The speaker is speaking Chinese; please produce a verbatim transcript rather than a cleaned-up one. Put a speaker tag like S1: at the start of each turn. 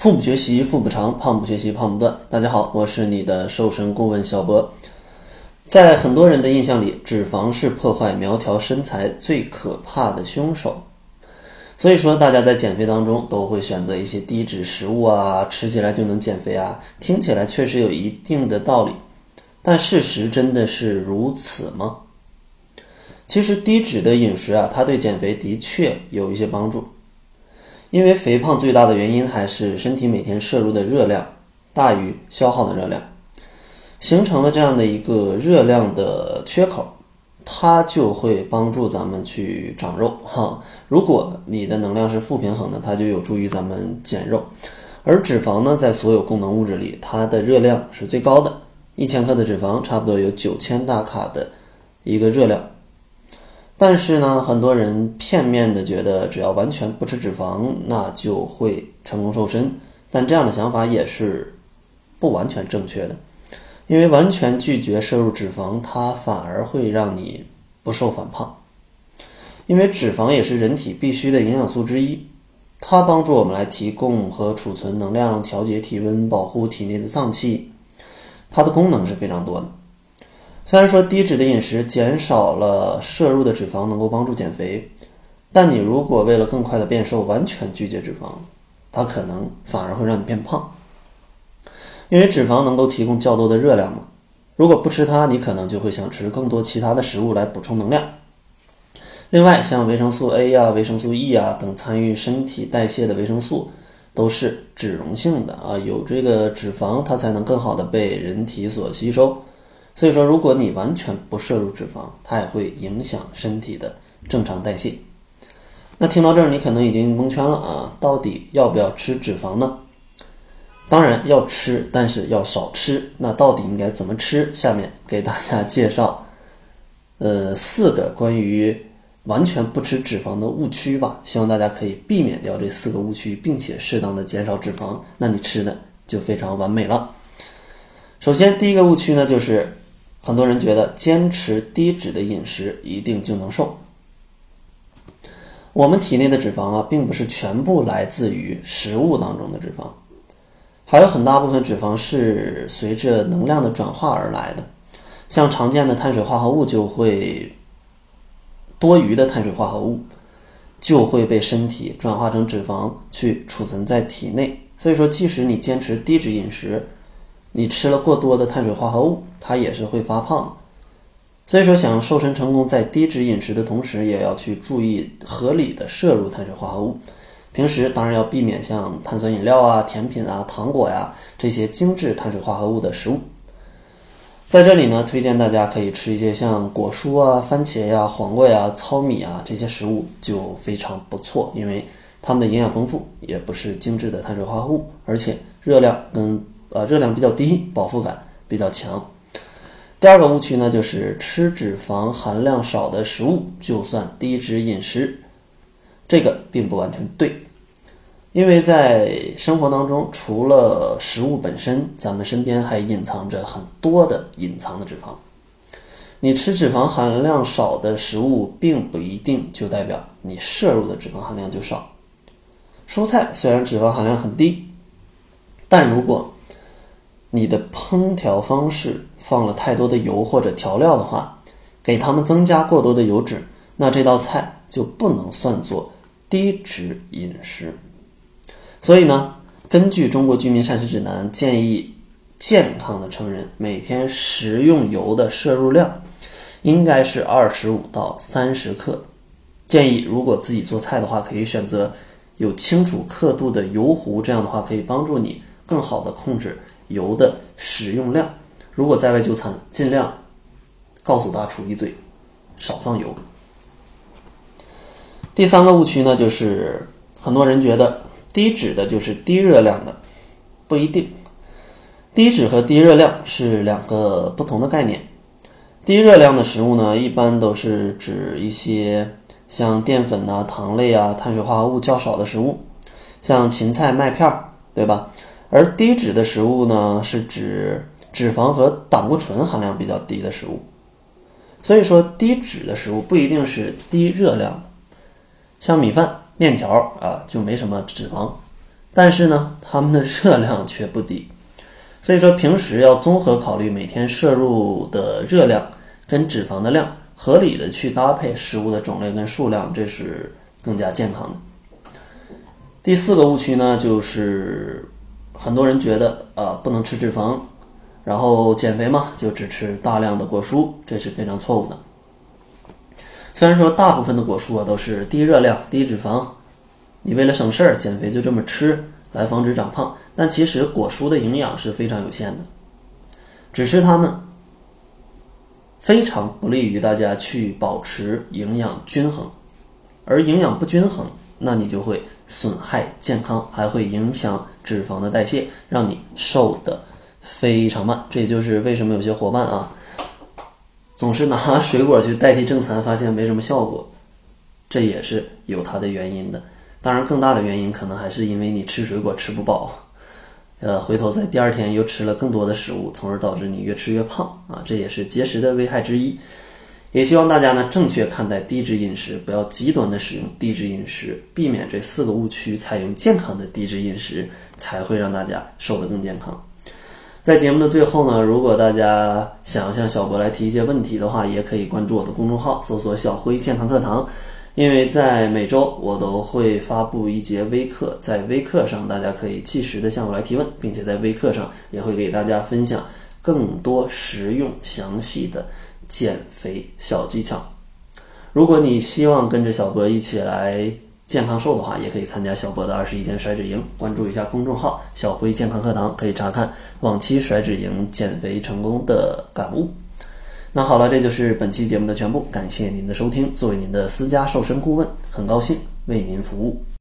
S1: 腹不学习腹不长，胖不学习胖不断。大家好，我是你的瘦身顾问小博。在很多人的印象里，脂肪是破坏苗条身材最可怕的凶手。所以说大家在减肥当中都会选择一些低脂食物啊，吃起来就能减肥啊，听起来确实有一定的道理。但事实真的是如此吗？其实低脂的饮食啊，它对减肥的确有一些帮助。因为肥胖最大的原因还是身体每天摄入的热量大于消耗的热量，形成了这样的一个热量的缺口，它就会帮助咱们去长肉哈。如果你的能量是负平衡的，它就有助于咱们减肉。而脂肪呢，在所有功能物质里，它的热量是最高的，一千克的脂肪差不多有九千大卡的一个热量。但是呢，很多人片面的觉得只要完全不吃脂肪，那就会成功瘦身。但这样的想法也是不完全正确的，因为完全拒绝摄入脂肪，它反而会让你不瘦反胖。因为脂肪也是人体必须的营养素之一，它帮助我们来提供和储存能量，调节体温，保护体内的脏器，它的功能是非常多的。虽然说低脂的饮食减少了摄入的脂肪能够帮助减肥，但你如果为了更快的变瘦完全拒绝脂肪，它可能反而会让你变胖。因为脂肪能够提供较多的热量嘛，如果不吃它，你可能就会想吃更多其他的食物来补充能量。另外像维生素 A 啊、维生素 E 啊等参与身体代谢的维生素都是脂溶性的啊，有这个脂肪它才能更好的被人体所吸收。所以说如果你完全不摄入脂肪，它也会影响身体的正常代谢。那听到这儿你可能已经蒙圈了啊，到底要不要吃脂肪呢？当然要吃，但是要少吃。那到底应该怎么吃？下面给大家介绍呃四个关于完全不吃脂肪的误区吧，希望大家可以避免掉这四个误区，并且适当的减少脂肪，那你吃的就非常完美了。首先第一个误区呢，就是很多人觉得坚持低脂的饮食一定就能瘦。我们体内的脂肪啊，并不是全部来自于食物当中的脂肪，还有很大部分脂肪是随着能量的转化而来的。像常见的碳水化合物就会多余的碳水化合物就会被身体转化成脂肪去储存在体内。所以说即使你坚持低脂饮食，你吃了过多的碳水化合物，它也是会发胖的。所以说想瘦身成功，在低脂饮食的同时，也要去注意合理的摄入碳水化合物。平时当然要避免像碳酸饮料啊、甜品啊、糖果呀这些精致碳水化合物的食物。在这里呢，推荐大家可以吃一些像果蔬啊、番茄呀、黄瓜呀、糙米啊这些食物就非常不错，因为它们的营养丰富，也不是精致的碳水化合物，而且热量跟呃热量比较低，饱腹感比较强。第二个误区呢，就是吃脂肪含量少的食物就算低脂饮食，这个并不完全对。因为在生活当中，除了食物本身，咱们身边还隐藏着很多的隐藏的脂肪。你吃脂肪含量少的食物，并不一定就代表你摄入的脂肪含量就少。蔬菜虽然脂肪含量很低，但如果你的烹调方式放了太多的油或者调料的话，给它们增加过多的油脂，那这道菜就不能算作低脂饮食。所以呢，根据中国居民膳食指南，建议健康的成人每天食用油的摄入量应该是二十五到三十克。建议如果自己做菜的话，可以选择有清楚刻度的油壶，这样的话可以帮助你更好的控制油的使用量。如果在外就餐，尽量告诉大厨一嘴，少放油。第三个误区呢，就是很多人觉得低脂的就是低热量的，不一定。低脂和低热量是两个不同的概念。低热量的食物呢，一般都是指一些像淀粉啊、糖类啊、碳水化合物较少的食物，像芹菜、麦片，对吧？而低脂的食物呢，是指脂肪和胆固醇含量比较低的食物。所以说低脂的食物不一定是低热量的，像米饭、面条啊就没什么脂肪， 但是呢，它们的热量却不低。所以说平时要综合考虑每天摄入的热量跟脂肪的量，合理的去搭配食物的种类跟数量，这是更加健康的。第四个误区呢，就是很多人觉得啊、呃、不能吃脂肪，然后减肥嘛就只吃大量的果蔬，这是非常错误的。虽然说大部分的果蔬啊都是低热量低脂肪，你为了省事儿减肥就这么吃来防止长胖，但其实果蔬的营养是非常有限的，只吃它们非常不利于大家去保持营养均衡，而营养不均衡，那你就会损害健康，还会影响脂肪的代谢，让你瘦得非常慢。这也就是为什么有些伙伴啊总是拿水果去代替正餐，发现没什么效果，这也是有它的原因的。当然更大的原因可能还是因为你吃水果吃不饱，呃，回头在第二天又吃了更多的食物，从而导致你越吃越胖啊，这也是节食的危害之一。也希望大家呢正确看待低脂饮食，不要极端的使用低脂饮食，避免这四个误区，采用健康的低脂饮食，才会让大家瘦得更健康。在节目的最后呢，如果大家想要向小博来提一些问题的话，也可以关注我的公众号，搜索小辉健康课堂。因为在每周我都会发布一节微课，在微课上大家可以即时的向我来提问，并且在微课上也会给大家分享更多实用详细的减肥小技巧。如果你希望跟着小博一起来健康瘦的话，也可以参加小博的二十一天甩脂营，关注一下公众号小辉健康课堂，可以查看往期甩脂营减肥成功的感悟。那好了，这就是本期节目的全部，感谢您的收听。作为您的私家瘦身顾问，很高兴为您服务。